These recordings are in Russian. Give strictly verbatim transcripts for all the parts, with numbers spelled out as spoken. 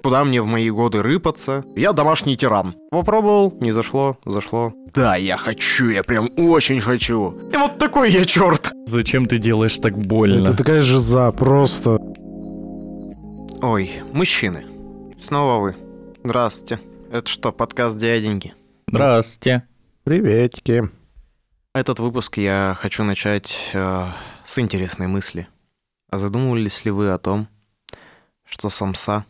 Куда мне в мои годы рыпаться? Я домашний тиран. Попробовал, не зашло, зашло. Да, я хочу, я прям очень хочу. И вот такой я черт. Зачем ты делаешь так больно? Это такая жиза, просто. Ой, мужчины. Снова вы. Здравствуйте. Это что, подкаст дяденьки? Здравствуйте. Приветики. Этот выпуск я хочу начать э, с интересной мысли. А задумывались ли вы о том, что самса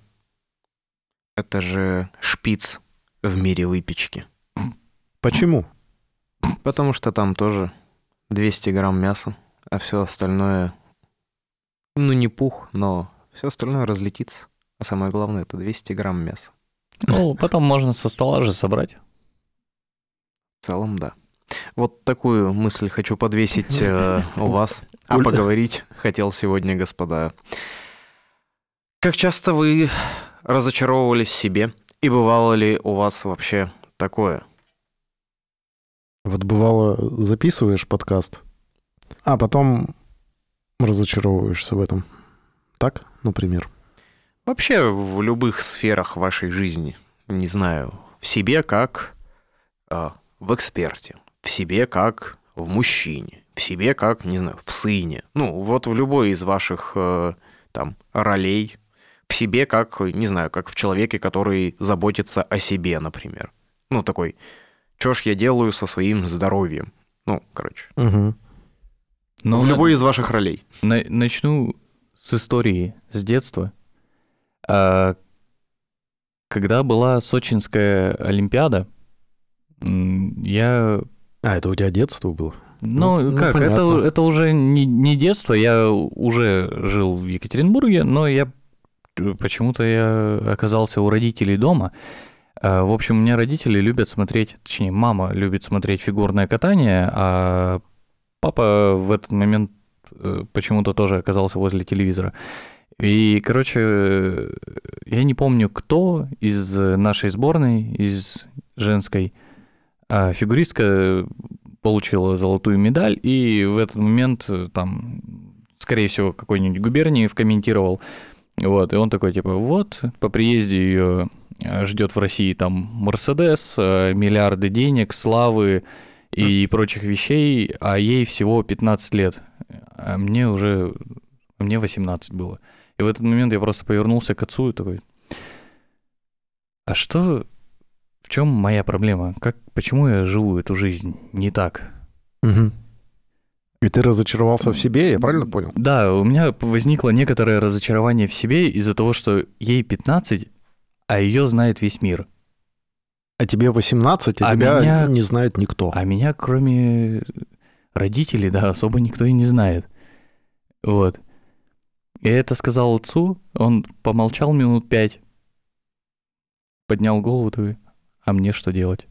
— это же шпиц в мире выпечки? Почему? Потому что там тоже двести грамм мяса, а все остальное, ну не пух, но все остальное разлетится. А самое главное — это двести грамм мяса. Ну, потом можно со стола же собрать. В целом, да. Вот такую мысль хочу подвесить э, у вас. А поговорить хотел сегодня, господа. Как часто вы разочаровывались в себе? И бывало ли у вас вообще такое? Вот бывало, записываешь подкаст, а потом разочаровываешься в этом. Так, например? Вообще в любых сферах вашей жизни. Не знаю, в себе как э, в эксперте, в себе как в мужчине, в себе как, не знаю, в сыне. Ну, вот в любой из ваших э, там ролей. В себе как, не знаю, как в человеке, который заботится о себе, например. Ну, такой, что ж я делаю со своим здоровьем? Ну, короче. Угу. Но в на- любой из ваших ролей. на- начну с истории, с детства. А, когда была Сочинская Олимпиада, м, я... А, это у тебя детство было? Ну, Ну, ну, как, это, понятно. это уже не, не детство, я уже жил в Екатеринбурге, но я почему-то я оказался у родителей дома. А, В общем, у меня родители любят смотреть, точнее, мама любит смотреть фигурное катание, а папа в этот момент э, почему-то тоже оказался возле телевизора. И, короче, я не помню, кто из нашей сборной, из женской, а фигуристка получила золотую медаль, и в этот момент там, скорее всего, какой-нибудь губернии комментировал. Вот, и он такой, типа, вот, по приезде ее ждет в России там Мерседес, миллиарды денег, славы и прочих вещей, а ей всего пятнадцать лет, а мне уже, мне восемнадцать было. И в этот момент я просто повернулся к отцу и такой, а что, в чем моя проблема? Как, почему я живу эту жизнь не так? Угу. И ты разочаровался в себе, я правильно понял? Да, у меня возникло некоторое разочарование в себе из-за того, что ей пятнадцать, а ее знает весь мир. А тебе восемнадцать, а, А тебя меня- не знает никто. А меня, кроме родителей, да, особо никто и не знает. Вот. И это сказал отцу, он помолчал минут пять, поднял голову такой, а мне что делать?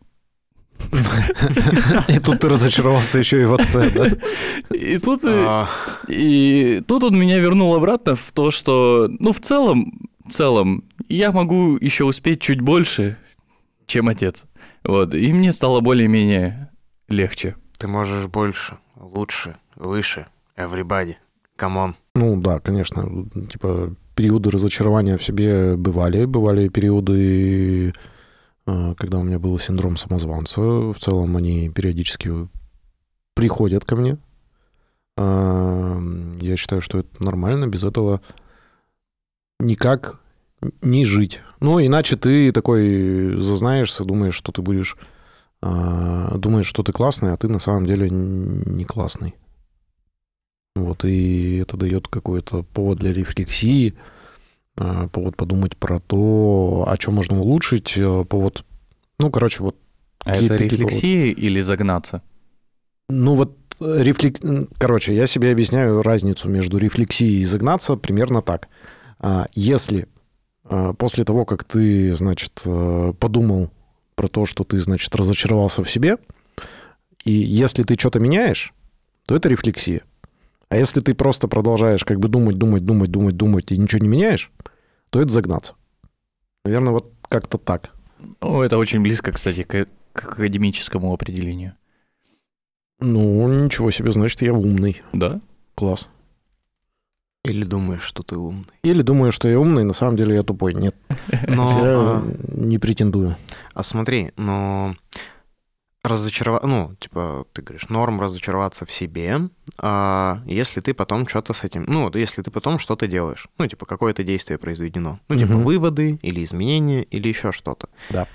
И тут ты разочаровался еще и в отце, да? И тут, А, и тут он меня вернул обратно в то, что, ну, в целом, в целом, я могу еще успеть чуть больше, чем отец. Вот. И мне стало более-менее легче. ты можешь больше, лучше, выше. Everybody. Come on. Ну да, конечно, типа периоды разочарования в себе бывали, бывали периоды, э, когда у меня был синдром самозванца. В целом они периодически приходят ко мне. А, Я считаю, что это нормально, без этого никак не жить. Ну, иначе ты такой зазнаешься, думаешь, что ты будешь, а, думаешь, что ты классный, а ты на самом деле не классный. Вот, и это дает какой-то повод для рефлексии, а, повод подумать про то, о чем можно улучшить, а, повод, ну, короче, вот. А какие-то это такие поводы. рефлексия или загнаться? Ну, вот, рефлек... короче, я себе объясняю разницу между рефлексией и загнаться примерно так. А, Если а, после того, как ты, значит, а, подумал про то, что ты, значит, разочаровался в себе, и если ты что-то меняешь, то это рефлексия. А если ты просто продолжаешь как бы думать, думать, думать, думать, думать и ничего не меняешь, то это загнаться. Наверное, вот как-то так. Ну, это очень близко, кстати, к, к академическому определению. Ну, ничего себе, значит, я умный. Да? Класс. Или думаешь, что ты умный. Или думаю, что я умный, на самом деле я тупой. Нет, Но, я а, не претендую. а смотри, но разочароваться, ну, типа, ты говоришь, норм разочароваться в себе, а если ты потом что-то с этим, ну, вот если ты потом что-то делаешь, ну, типа, какое-то действие произведено, ну, типа, Мгм. выводы или изменения или еще что-то. Да.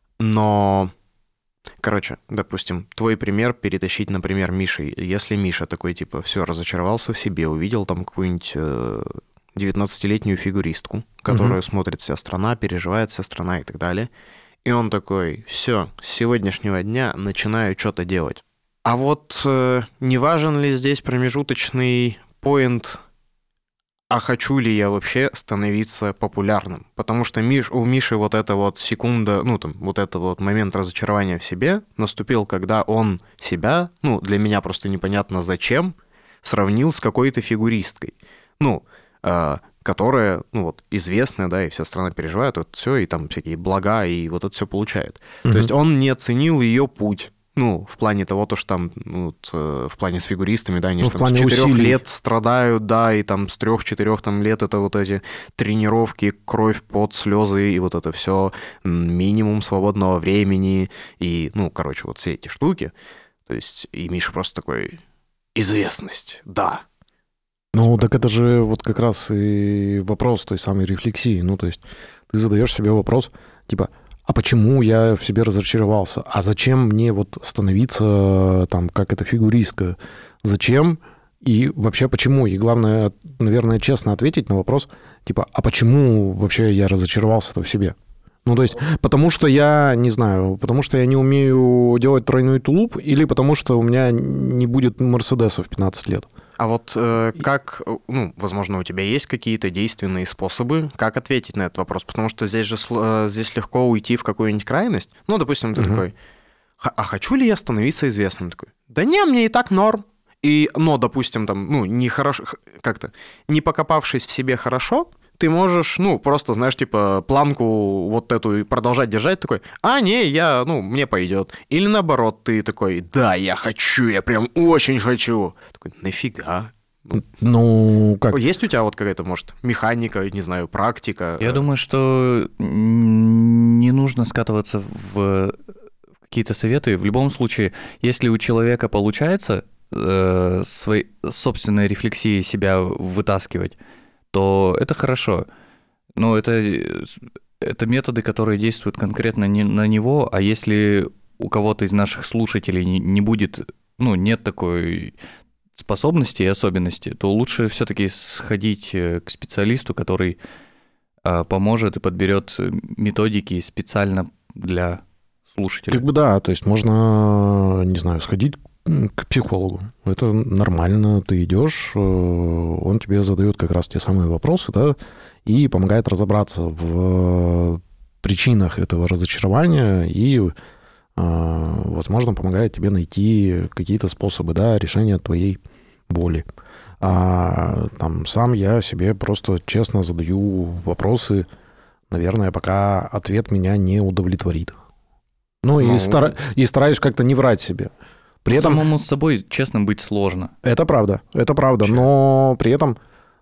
Но, короче, допустим, твой пример перетащить, например, Мишей. Если Миша такой, типа, все, разочаровался в себе, увидел там какую-нибудь э, девятнадцатилетнюю фигуристку, которую Мгм. смотрит вся страна, переживает вся страна и так далее, и он такой, все, с сегодняшнего дня начинаю что-то делать. А вот э, не важен ли здесь промежуточный поинт, а хочу ли я вообще становиться популярным? Потому что Миш, у Миши вот эта вот секунда, ну там, вот этот вот момент разочарования в себе наступил, когда он себя, ну, для меня просто непонятно зачем, сравнил с какой-то фигуристкой. Ну, э, которая, ну вот, известная, да, и вся страна переживает, вот все, и там всякие блага, и вот это все получает. Мгм. То есть он не оценил ее путь. Ну, в плане того, то, что там, ну, вот, э, в плане с фигуристами, да, они Ну, же в там с плане четырех усилий. лет страдают, да, и там с трех-четырех там лет это вот эти тренировки, кровь, пот, слезы, и вот это все, минимум свободного времени, и, ну, короче, вот все эти штуки. То есть, и Миша просто такой, известность, да. Ну, так это же вот как раз и вопрос той самой рефлексии. Ну, то есть ты задаешь себе вопрос, типа, а почему я в себе разочаровался? А зачем мне вот становиться там, как эта фигуристка? Зачем? И вообще почему? И главное, наверное, честно ответить на вопрос, типа, а почему вообще я разочаровался-то в себе? Ну, то есть, потому что я, не знаю, потому что я не умею делать тройной тулуп, или потому что у меня не будет Мерседеса в пятнадцать лет? А вот э, как, э, ну, возможно, у тебя есть какие-то действенные способы, как ответить на этот вопрос? Потому что здесь же сл- э, здесь легко уйти в какую-нибудь крайность. Ну, допустим, ты Мгм. такой, «Х- а хочу ли я становиться известным? Такой, да не, мне и так норм. И, но, допустим, там, ну, не хорошо, х- как-то, не покопавшись в себе хорошо, ты можешь, ну, просто, знаешь, типа, планку вот эту и продолжать держать, такой, а, не, я, ну, мне пойдет. Или наоборот, ты такой, да, я хочу, я прям очень хочу. Такой, нафига? Ну, как? Есть у тебя вот какая-то, может, механика, не знаю, практика? Я думаю, что н- не нужно скатываться в в какие-то советы. В любом случае, если у человека получается э, свои собственные рефлексии себя вытаскивать, то это хорошо. Но это, э, это методы, которые действуют конкретно не на него, а если у кого-то из наших слушателей не, не будет, ну, нет такой способности и особенности, то лучше все-таки сходить э, к специалисту, который э, поможет и подберет методики специально для слушателя. Как бы да, то есть можно, не знаю, сходить к психологу. Это нормально, ты идешь, э, он тебе задает как раз те самые вопросы, да, и помогает разобраться в причинах этого разочарования и, э, возможно, помогает тебе найти какие-то способы, да, решения твоей боли. А там сам я себе просто честно задаю вопросы, наверное, пока ответ меня не удовлетворит. Ну, Ну, и, стара... и стараюсь как-то не врать себе. При этом Самому с собой честно быть сложно. это правда, это правда, Вообще. но при этом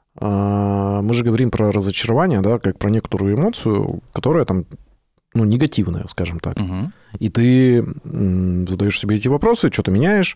э, мы же говорим про разочарование, да, как про некоторую эмоцию, которая там, ну, негативная, скажем так. Мгм. И ты м, задаешь себе эти вопросы, что-то меняешь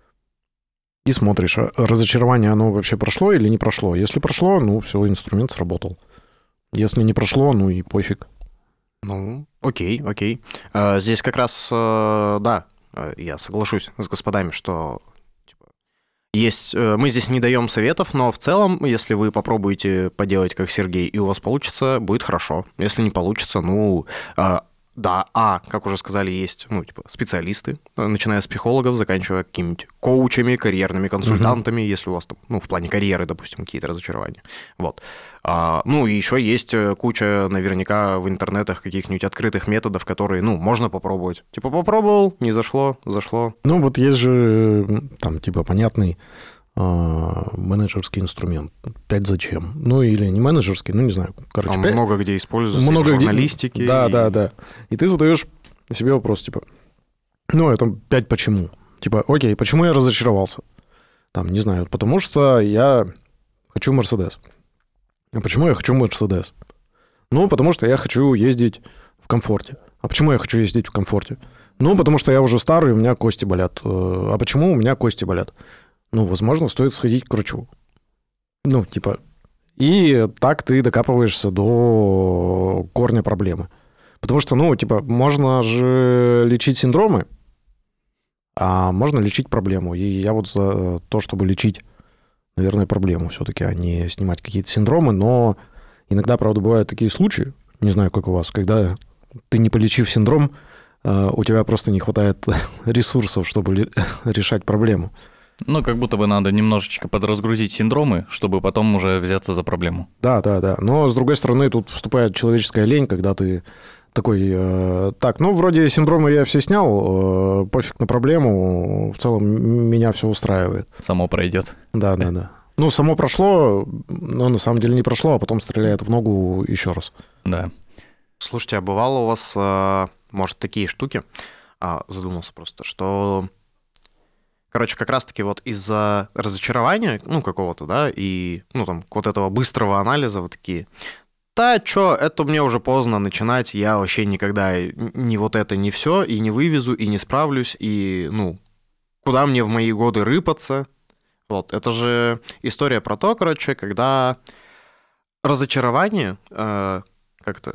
и смотришь, а разочарование, оно вообще прошло или не прошло. Если прошло, ну, все, инструмент сработал. Если не прошло, ну и пофиг. Ну, окей, окей. Э, Здесь как раз, э, да, э, я соглашусь с господами, что типа, есть, э, мы здесь не даем советов, но в целом, если вы попробуете поделать как Сергей, и у вас получится, будет хорошо. Если не получится, ну, э, да, а, как уже сказали, есть, ну, типа, специалисты, э, начиная с психологов, заканчивая какими-нибудь коучами, карьерными консультантами, если у вас там, ну, в плане карьеры, допустим, какие-то разочарования. Вот. А, ну, и еще есть э, куча, наверняка, в интернетах каких-нибудь открытых методов, которые, ну, можно попробовать. Типа, попробовал, не зашло, зашло. Ну, вот есть же м, там, типа, понятный а, менеджерский инструмент. Пять зачем? Ну, или не менеджерский, ну, не знаю. Короче, Он пять- много где используется, много и в где- журналистике. Да, и- да, да. И ты задаешь себе вопрос, типа, ну, это пять почему. Типа, окей, почему я разочаровался? Там, не знаю, потому что я хочу Мерседес. А почему я хочу Мерседес? Ну, потому что я хочу ездить в комфорте. А почему я хочу ездить в комфорте? Ну, потому что я уже старый, у меня кости болят. А почему у меня кости болят? Ну, возможно, стоит сходить к врачу. Ну, типа... И так ты докапываешься до корня проблемы. Потому что, ну, типа, можно же лечить синдромы, а можно лечить проблему. И я вот за то, чтобы лечить, наверное, проблему все-таки, а не снимать какие-то синдромы. Но иногда, правда, бывают такие случаи, не знаю, как у вас, когда ты, не полечив синдром, у тебя просто не хватает ресурсов, чтобы решать проблему. Ну, как будто бы надо немножечко подразгрузить синдромы, чтобы потом уже взяться за проблему. Да, да, да. Но, с другой стороны, тут вступает человеческая лень, когда ты такой... Э, так, ну, вроде синдромы я все снял, э, пофиг на проблему, в целом меня все устраивает. Само пройдет. Да, да, да. Ну, само прошло, но на самом деле не прошло, а потом стреляет в ногу еще раз. Да. Слушайте, а бывало у вас, э, может, такие штуки, а, задумался просто, что... Короче, как раз-таки вот из-за разочарования, ну, какого-то, да, и, ну, там, вот этого быстрого анализа вы такие, да, чё, это мне уже поздно начинать, я вообще никогда ни вот это, ни все, и не вывезу, и не справлюсь, и, ну, куда мне в мои годы рыпаться? Вот, это же история про то, короче, когда разочарование э, как-то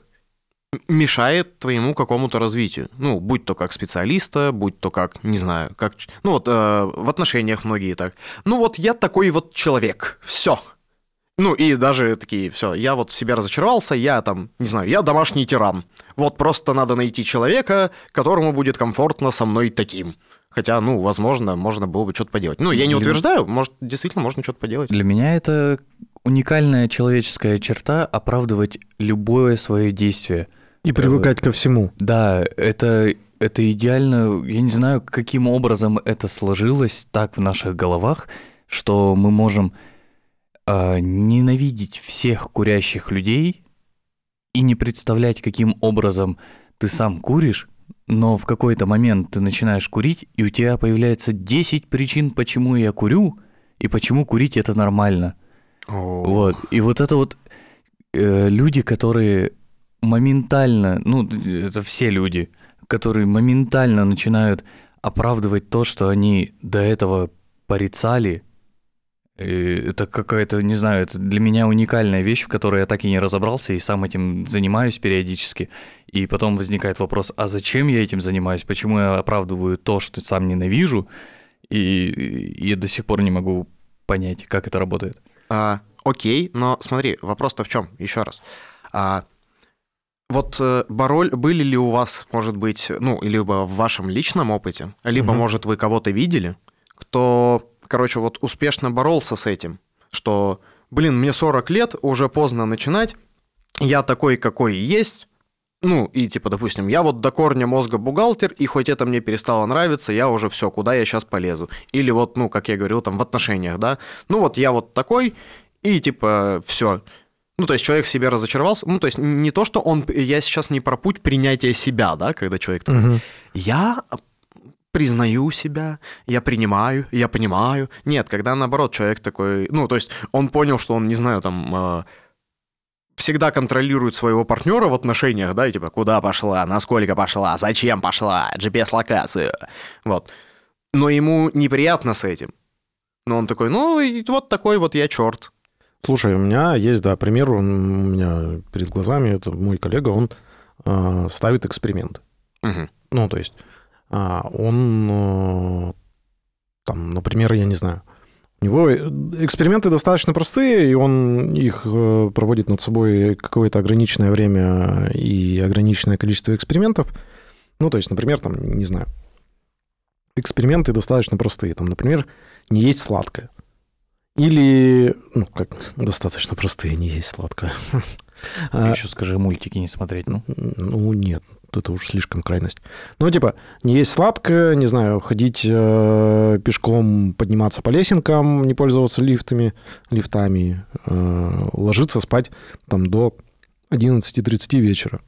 мешает твоему какому-то развитию. Ну, будь то как специалиста, будь то как, не знаю, как... Ну, вот э, в отношениях многие так. Ну, вот я такой вот человек. Все. Ну, и даже такие, все, я вот в себе разочаровался, я там, не знаю, я домашний тиран. Вот просто надо найти человека, которому будет комфортно со мной таким. Хотя, ну, возможно, можно было бы что-то поделать. Ну, я не утверждаю, может, действительно можно что-то поделать. Для меня это уникальная человеческая черта оправдывать любое свое действие. И привыкать ко всему. Да, это, это идеально. Я не знаю, каким образом это сложилось так в наших головах, что мы можем э, ненавидеть всех курящих людей и не представлять, каким образом ты сам куришь, но в какой-то момент ты начинаешь курить, и у тебя появляется десять причин, почему я курю, и почему курить это нормально. О. Вот. И вот это вот э, люди, которые моментально, ну, это все люди, которые моментально начинают оправдывать то, что они до этого порицали. И это какая-то, не знаю, это для меня уникальная вещь, в которой я так и не разобрался, и сам этим занимаюсь периодически. И потом возникает вопрос, а зачем я этим занимаюсь? Почему я оправдываю то, что сам ненавижу? И, и я до сих пор не могу понять, как это работает. А, окей, но смотри, вопрос-то в чем? Еще раз. А, вот э, Бароль, были ли у вас, может быть, ну, либо в вашем личном опыте, либо, угу. может, вы кого-то видели, кто, короче, вот успешно боролся с этим, что, блин, мне сорок лет, уже поздно начинать, я такой, какой есть, ну, и типа, допустим, я вот до корня мозга бухгалтер, и хоть это мне перестало нравиться, я уже все, куда я сейчас полезу. Или вот, ну, как я говорил, там, в отношениях, да, ну, вот я вот такой, и типа, все. Ну, то есть человек в себе разочаровался. Ну, то есть не то, что он... Я сейчас не про путь принятия себя, да, когда человек такой... Угу. Я признаю себя, я принимаю, я понимаю. Нет, когда, наоборот, человек такой... Ну, то есть он понял, что он, не знаю, там... всегда контролирует своего партнера в отношениях, да, и типа, куда пошла, насколько пошла, зачем пошла, джи пи эс-локацию. Вот. Но ему неприятно с этим. Но он такой, ну, вот такой вот я черт. Слушай, у меня есть, да, пример, он у меня перед глазами, это мой коллега, он э, ставит эксперименты. Угу. Ну, то есть э, он, э, там, например, я не знаю, у него эксперименты достаточно простые, и он их э, проводит над собой какое-то ограниченное время и ограниченное количество экспериментов. Ну, то есть, например, там, не знаю, эксперименты достаточно простые. Там, например, не есть сладкое. Или, ну, как, достаточно простые, не есть сладкое. Ты еще скажи, мультики не смотреть, ну? Ну, нет, это уж слишком крайность. Ну, типа, не есть сладкое, не знаю, ходить э, пешком, подниматься по лесенкам, не пользоваться лифтами, лифтами, э, ложиться спать там до одиннадцати тридцати вечера.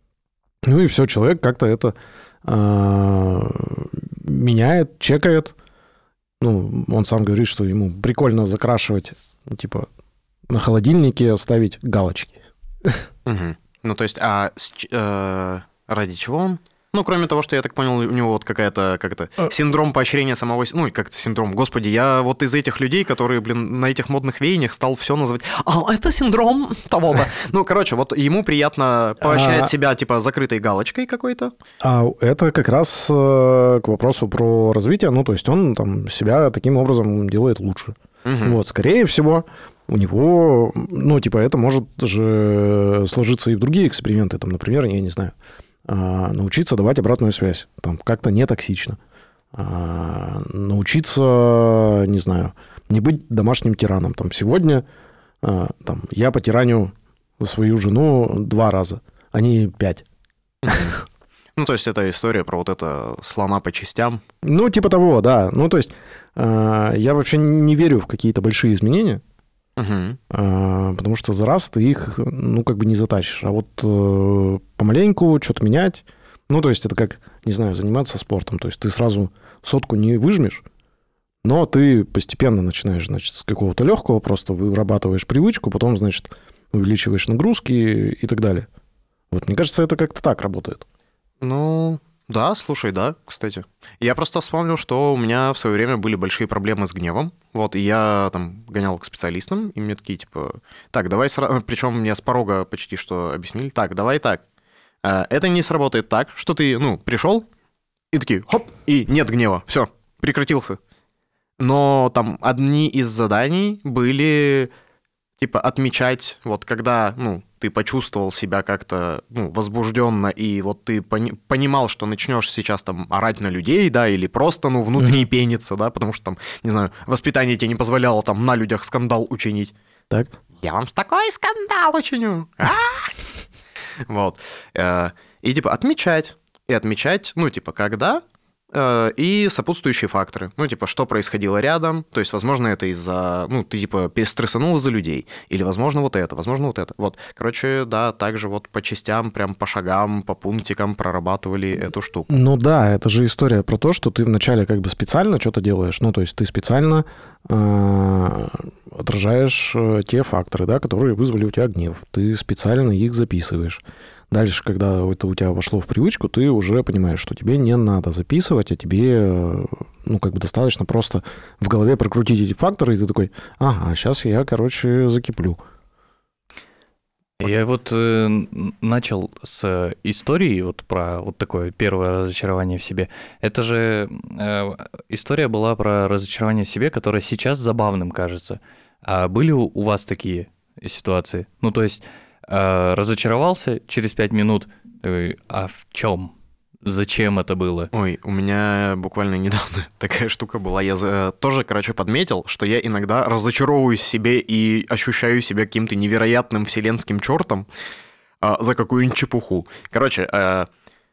Ну и все, человек как-то это э, меняет, чекает. Ну, он сам говорит, что ему прикольно закрашивать, типа, на холодильнике ставить галочки. Угу. Ну, то есть, а с, э, ради чего он? Ну, кроме того, что я так понял, у него вот какая-то, как это, синдром поощрения самого... Ну, как-то синдром, господи, я вот из этих людей, которые, блин, на этих модных веяниях стал все называть, а, это синдром того-то. Ну, короче, вот ему приятно поощрять себя, типа, закрытой галочкой какой-то. А это как раз к вопросу про развитие, ну, то есть он там себя таким образом делает лучше. Угу. Вот, скорее всего, у него, ну, типа, это может же сложиться и в другие эксперименты, там, например, я не знаю, научиться давать обратную связь, там, как-то не токсично. Научиться, не знаю, не быть домашним тираном. Там, сегодня там, я потираню свою жену два раза, а не пять. Ну, то есть это история про вот это слона по частям. Ну, типа того, да. Ну, то есть я вообще не верю в какие-то большие изменения, угу. потому что за раз ты их, ну, как бы не затащишь. А вот помаленьку что-то менять, ну, то есть это как, не знаю, заниматься спортом. То есть ты сразу сотку не выжмешь, но ты постепенно начинаешь, значит, с какого-то легкого, просто вырабатываешь привычку, потом, значит, увеличиваешь нагрузки и так далее. Вот, мне кажется, это как-то так работает. Ну, да, слушай, да, кстати. Я просто вспомнил, что у меня в свое время были большие проблемы с гневом. Вот, и я там гонял к специалистам, и мне такие, типа, так, давай сразу... Причем мне с порога почти что объяснили. Так, давай так. Это не сработает так, что ты, ну, пришел, и такие, хоп, и нет гнева, все, прекратился. Но там одни из заданий были, типа, отмечать, вот когда, ну, ты почувствовал себя как-то, ну, возбужденно, и вот ты пони- понимал, что начнешь сейчас там орать на людей, да, или просто, ну, внутри mm-hmm. пениться, да, потому что там, не знаю, воспитание тебе не позволяло там на людях скандал учинить. Так. Я вам с такой скандал учиню. Вот. И, типа, отмечать. И отмечать, ну, типа, когда... и сопутствующие факторы. Ну, типа, что происходило рядом. То есть, возможно, это из-за... Ну, ты, типа, перестрессанул из-за людей. Или, возможно, вот это, возможно, вот это. Вот. Короче, да, также вот по частям, прям по шагам, по пунктикам прорабатывали эту штуку. Ну да, это же история про то, что ты вначале как бы специально что-то делаешь. Ну, то есть, ты специально э, отражаешь те факторы, да, которые вызвали у тебя гнев. Ты специально их записываешь. Дальше, когда это у тебя вошло в привычку, ты уже понимаешь, что тебе не надо записывать, а тебе, ну, как бы достаточно просто в голове прокрутить эти факторы, и ты такой, ага, сейчас я, короче, закиплю. Я вот э, начал с истории вот про вот такое первое разочарование в себе. Это же э, история была про разочарование в себе, которое сейчас забавным кажется. А были у, у вас такие ситуации? Ну, то есть... разочаровался через пять минут, а в чем? Зачем это было? Ой, у меня буквально недавно такая штука была. Я за... тоже, короче, подметил, что я иногда разочаровываюсь в себе и ощущаю себя каким-то невероятным вселенским чертом а, за какую-нибудь чепуху. Короче, а,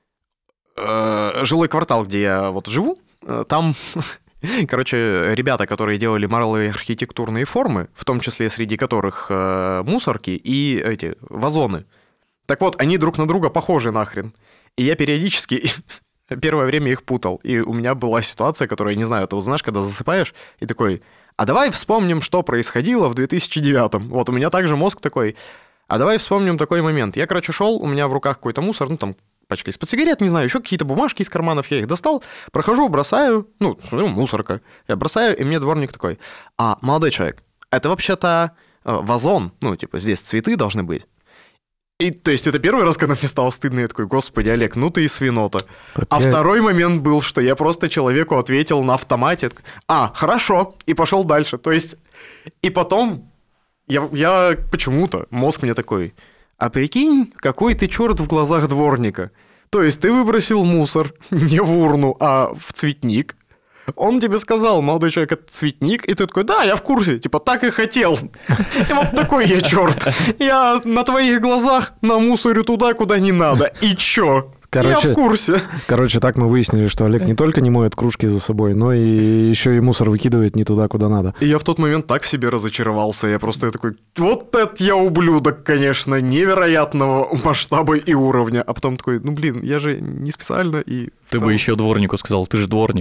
а, жилой квартал, где я вот живу, там... Короче, ребята, которые делали малые архитектурные формы, в том числе среди которых э, мусорки и эти вазоны. Так вот, они друг на друга похожи нахрен. И я периодически первое время их путал. И у меня была ситуация, которую, я не знаю, ты вот знаешь, когда засыпаешь, и такой, а давай вспомним, что происходило в две тысячи девятом. Вот у меня также мозг такой, а давай вспомним такой момент. Я, короче, шел, у меня в руках какой-то мусор, ну там, пачка из-под сигарет, не знаю, еще какие-то бумажки из карманов, я их достал, прохожу, бросаю, ну, смотрю, мусорка, я бросаю, и мне дворник такой, а, молодой человек, это вообще-то вазон, ну, типа, здесь цветы должны быть. И, то есть, это первый раз, когда мне стало стыдно, я такой, господи, Олег, ну ты и свинота. Опять? А второй момент был, что я просто человеку ответил на автомате, а, хорошо, и пошел дальше, то есть, и потом я, я почему-то, мозг мне такой... А прикинь, какой ты черт в глазах дворника. То есть ты выбросил мусор не в урну, а в цветник. Он тебе сказал, молодой человек, это цветник, и ты такой, да, я в курсе, типа, так и хотел. И вот такой я черт. Я на твоих глазах намусорю туда, куда не надо. И чё? Короче, я в курсе. Короче, так мы выяснили, что Олег не только не моет кружки за собой, но и еще и мусор выкидывает не туда, куда надо. И я в тот момент так в себе разочаровался. Я просто я такой, вот это я ублюдок, конечно, невероятного масштаба и уровня. А потом такой, ну блин, я же не специально и... Ты целом... бы еще дворнику сказал, ты же дворник.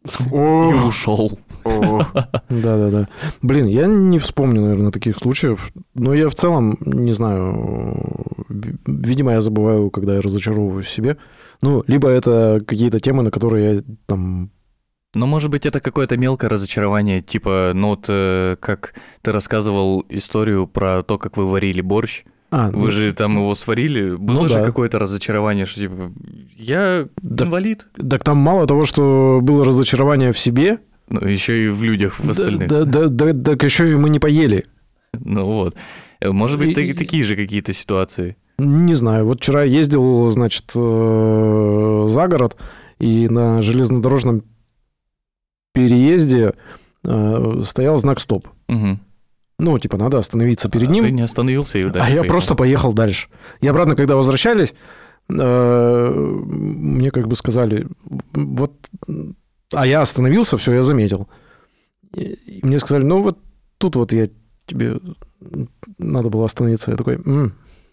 и ушел. Да-да-да. Блин, я не вспомню, наверное, таких случаев. Но я в целом, не знаю, видимо, я забываю, когда я разочаровываюсь в себе. Ну, либо это какие-то темы, на которые я там... Ну, может быть, это какое-то мелкое разочарование, типа, ну вот э, как ты рассказывал историю про то, как вы варили борщ. А, Вы ну, же там его сварили, было ну же да. какое-то разочарование, что типа, я Да. инвалид. Так там мало того, что было разочарование в себе, Ну, еще и в людях, в остальных. да, да, да, да, так еще и мы не поели. Ну вот. Э, Может быть, И- та- такие же какие-то ситуации. Не знаю, вот вчера ездил, значит, э, за город, и на железнодорожном переезде э, стоял знак «Стоп». Мгм. Ну, типа, надо остановиться перед А ним. ты не остановился и А дальше я поехал. просто поехал дальше. И обратно, когда возвращались, э, мне как бы сказали, вот, а я остановился, все, я заметил. И и мне сказали, ну вот тут вот я тебе надо было остановиться. Я такой, «М,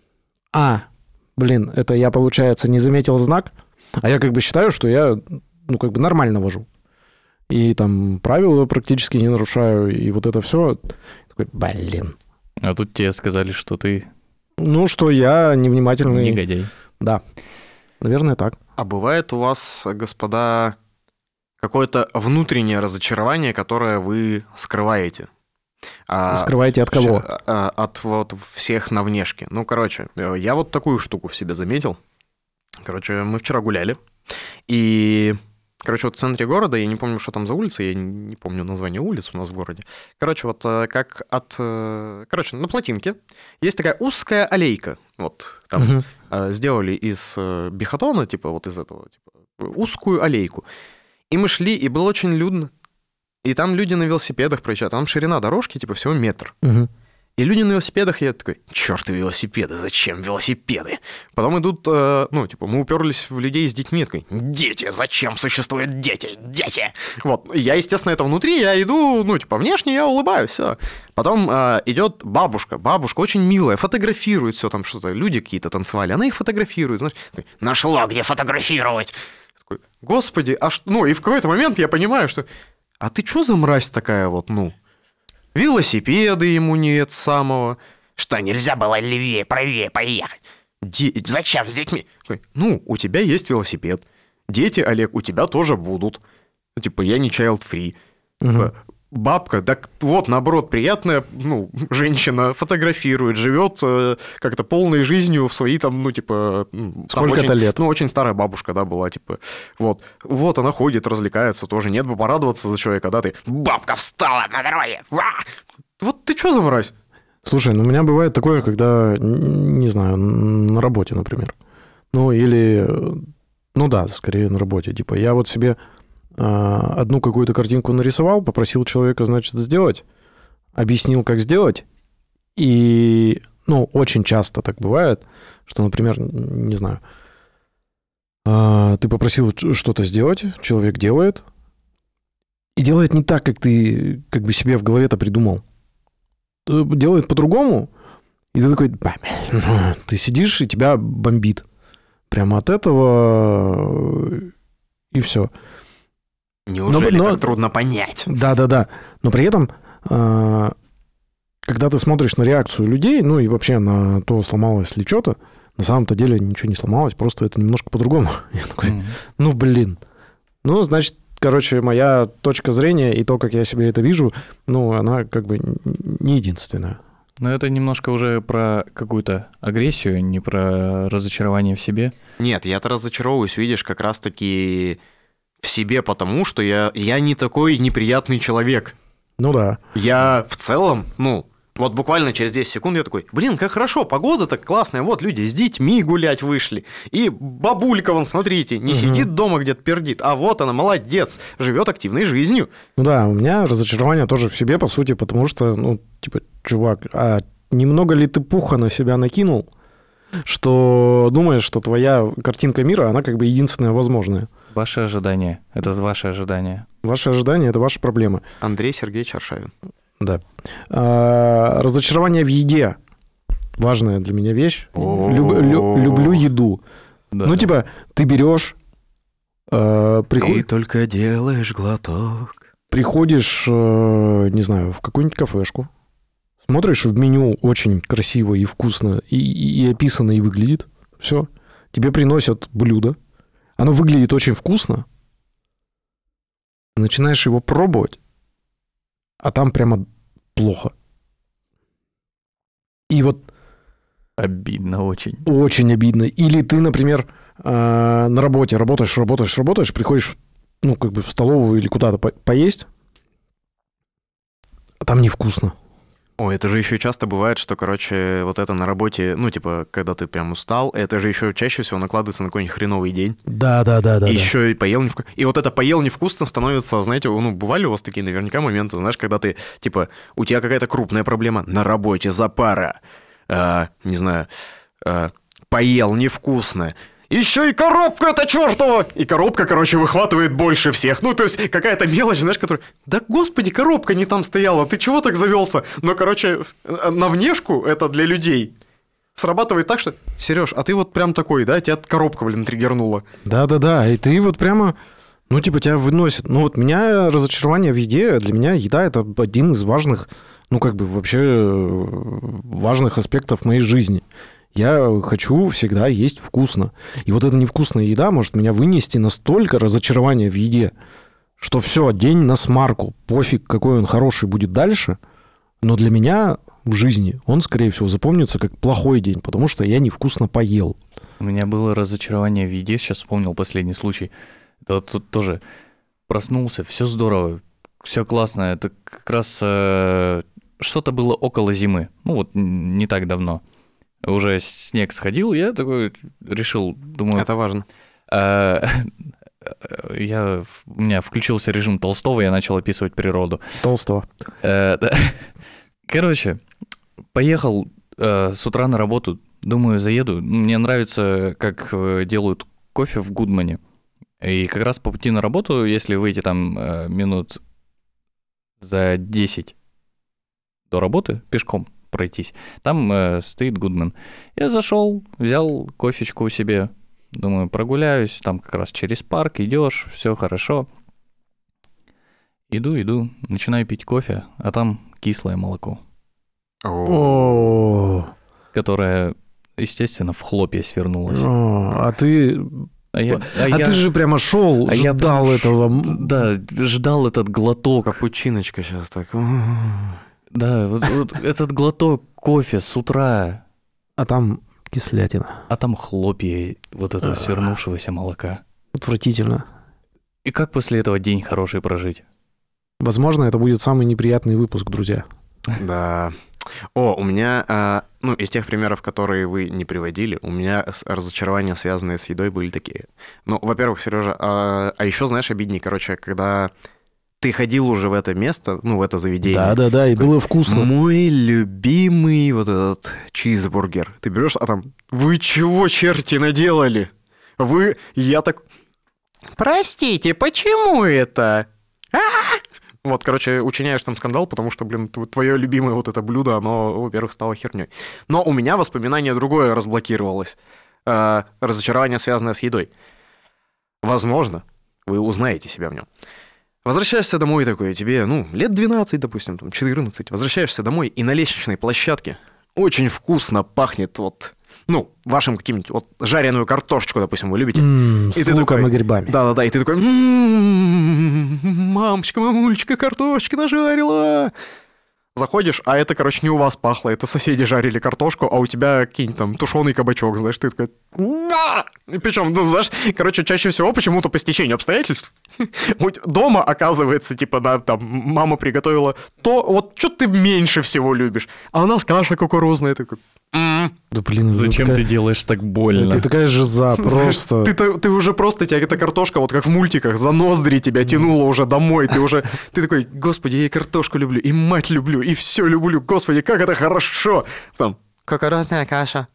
а, блин, это я, получается, не заметил знак, а я как бы считаю, что я, ну, как бы нормально вожу. И там правила практически не нарушаю, и вот это все. Такой, блин. А тут тебе сказали, что ты Ну, что я невнимательный. негодяй. Да, наверное, так. А бывает у вас, господа, какое-то внутреннее разочарование, которое вы скрываете? А, Скрываете от кого? ща- а, От вот всех на внешке. Ну, короче, я вот такую штуку в себе заметил. Короче, мы вчера гуляли, и... Короче, вот в центре города, я не помню, что там за улица, я не помню название улиц у нас в городе. Короче, вот э, как от... э, Короче, на плотинке есть такая узкая аллейка. Вот там Мгм. э, сделали из э, бихотона, типа вот из этого, типа, узкую аллейку. И мы шли, и было очень людно. И там люди на велосипедах проезжают. Там ширина дорожки, типа, всего метр. Мгм. И люди на велосипедах, я такой, чертовы велосипеды, зачем велосипеды? Потом идут, э, ну, типа, мы уперлись в людей с детьми, я такой, дети, зачем существуют дети, дети? Вот, я, естественно, это внутри, я иду, ну, типа, внешне я улыбаюсь, все. Потом э, идет бабушка, бабушка очень милая, фотографирует все там что-то, люди какие-то танцевали, она их фотографирует, знаешь, такой, нашла, где фотографировать. Я такой, господи, а что, ну, и в какой-то момент я понимаю, что, а ты что за мразь такая вот, ну? Велосипеды ему нет самого. Что, нельзя было левее, правее поехать? Де- Зачем с детьми? Такой, ну, у тебя есть велосипед. Дети, Олег, у тебя тоже будут. Ну, типа, я не child-free. Мгм. Типа, бабка, так вот, наоборот, приятная, ну, женщина фотографирует, живет э, как-то полной жизнью в свои там, ну, типа... м, там Сколько-то очень- лет. Ну, очень старая бабушка, да, была, типа, вот. Вот она ходит, развлекается тоже. Нет бы порадоваться за человека, да, ты... Бабка встала на дороге! Ва! Вот ты что за мразь? Слушай, ну у меня бывает такое, когда, н- не знаю, на работе, например. Ну, или, э, ну да, скорее на работе. Типа, я вот себе а, одну какую-то картинку нарисовал, попросил человека, значит, сделать, объяснил, как сделать, и, ну, очень часто так бывает, что, например, н- не знаю, а, ты попросил ч- что-то сделать, человек делает, и делает не так, как ты как бы себе в голове-то придумал. Э, Делает по-другому, и ты такой, «Ба, бля». Ты сидишь, и тебя бомбит. Прямо от этого э, и все. Неужели но- так трудно понять? Да-да-да. Но при этом, а, когда ты смотришь на реакцию людей, ну и вообще на то, сломалось ли что-то, на самом-то деле ничего не сломалось, просто это немножко по-другому. Я такой, Мгм. ну, блин. Ну, значит, короче, моя точка зрения и то, как я себе это вижу, ну, она как бы н- не единственная. Но это немножко уже про какую-то агрессию, не про разочарование в себе. Нет, я-то разочаровываюсь, видишь, как раз-таки в себе, потому что я, я не такой неприятный человек. Ну да. Я в целом, ну, вот буквально через десять секунд я такой, блин, как хорошо, погода так классная, вот люди с детьми гулять вышли, и бабулька, вон, смотрите, не Мгм. сидит дома где-то пердит, а вот она, молодец, живет активной жизнью. Ну да, у меня разочарование тоже в себе, по сути, потому что, ну, типа, чувак, а немного ли ты пуха на себя накинул, что думаешь, что твоя картинка мира, она как бы единственная возможная. Ваши ожидания. Это ваши ожидания. Ваши ожидания — это ваши проблемы. Андрей Сергеевич Аршавин. Да. А, разочарование в еде. Важная для меня вещь. Люб- лю- люблю еду. Да. Ну, типа, ты берешь Э, Ты приход- только делаешь глоток. Приходишь, э, не знаю, в какую-нибудь кафешку, смотришь в меню, очень красиво и вкусно, и, и, и описано, и выглядит. Все. Тебе приносят блюдо. Оно выглядит очень вкусно. Начинаешь его пробовать, а там прямо плохо. И вот Обидно очень. очень обидно. Или ты, например, э, на работе работаешь, работаешь, работаешь, приходишь, ну, как бы в столовую или куда-то по- поесть, а там невкусно. О, это же еще часто бывает, что, короче, вот это на работе, ну, типа, когда ты прям устал, это же еще чаще всего накладывается на какой-нибудь хреновый день. Да, да, да, да. и да. еще и поел невкусно. И вот это поел невкусно становится, знаете, ну, бывали у вас такие наверняка моменты, знаешь, когда ты, типа, у тебя какая-то крупная проблема на работе, запара, э, не знаю, э, поел невкусно. Еще и коробка эта чертова! И коробка, короче, выхватывает больше всех. Ну, то есть какая-то мелочь, знаешь, которая... Да, господи, коробка не там стояла, ты чего так завелся? Но, короче, на внешку это для людей срабатывает так, что... Сереж, а ты вот прям такой, да? Тебя коробка, блин, триггернула. Да, да, да. И ты вот прямо, ну, типа, тебя выносит. Ну, вот меня разочарование в еде, для меня еда — это один из важных, ну, как бы вообще э, важных аспектов моей жизни. Я хочу всегда есть вкусно. И вот эта невкусная еда может меня вынести настолько разочарование в еде, что все, день на смарку. Пофиг, какой он хороший будет дальше. Но для меня в жизни он, скорее всего, запомнится как плохой день, потому что я невкусно поел. У меня было разочарование в еде, сейчас вспомнил последний случай. Это вот тут тоже проснулся, все здорово, все классно. Это как раз э, что-то было около зимы, ну вот н- не так давно. Уже снег сходил, я такой решил, думаю... Это важно. э, я, у меня включился режим Толстого, я начал описывать природу. Толстого. Э, да. Короче, поехал э, с утра на работу, думаю, заеду. Мне нравится, как э, делают кофе в Гудмане. И как раз по пути на работу, если выйти там э, минут за десять до работы, пешком пройтись, там э, стоит Гудман. Я зашел, взял кофечку себе, думаю, прогуляюсь, там как раз через парк идешь, все хорошо. Иду, иду, начинаю пить кофе, а там кислое молоко, О, которое, естественно, в хлопья свернулось. о, а ты, А, я, а а я- ты же прямо шел, а я ждал прям этого. ш- Да, ждал этот глоток. Капучиночка сейчас так. Да, вот, вот этот глоток кофе с утра, А там кислятина. а там хлопья вот этого свернувшегося молока. Отвратительно. И как после этого день хороший прожить? Возможно, это будет самый неприятный выпуск, друзья. Да. О, у меня, а, ну, из тех примеров, которые вы не приводили, у меня с- разочарования, связанные с едой, были такие. Ну, во-первых, Сережа, а, а еще, знаешь, обиднее, короче, когда ты ходил уже в это место, ну, в это заведение. Да-да-да, и было вкусно. Мой любимый вот этот чизбургер. Ты берешь, а там, вы чего, черти, наделали? Вы, я так, простите, почему это? А! Вот, короче, учиняешь там скандал, потому что, блин, тв- твое любимое вот это блюдо, оно, во-первых, стало херней. Но у меня воспоминание другое разблокировалось. Э, разочарование, связанное с едой. Возможно, вы узнаете себя в нем. Возвращаешься домой такой, тебе, ну, лет двенадцать, допустим, там, четырнадцать. Возвращаешься домой, и на лестничной площадке очень вкусно пахнет вот, ну, вашим каким-нибудь, вот, жареную картошечку, допустим, вы любите. М, И с ты луком такой- и грибами. Да-да-да, и ты такой, «М-м-м, мамочка, мамулечка, картошечки нажарила. Заходишь, а это, короче, не у вас пахло, это соседи жарили картошку, а у тебя какие-нибудь там тушеный кабачок, знаешь, ты такой, «На!» И причем, ну, знаешь, короче, чаще всего почему-то по стечению обстоятельств вот дома, оказывается, типа, да, там, мама приготовила то, вот, что ты меньше всего любишь, а у нас каша кукурузная, ты такой, «М». Да блин, ну Зачем такая- ты делаешь так больно? Ты такая жиза, просто. Ты, ты, ты уже просто, тебя эта картошка, вот как в мультиках, за ноздри тебя тянула уже домой. Ты уже, ты такой, господи, я и картошку люблю, и мать люблю, и все люблю. Господи, как это хорошо. Там, кукурузная каша.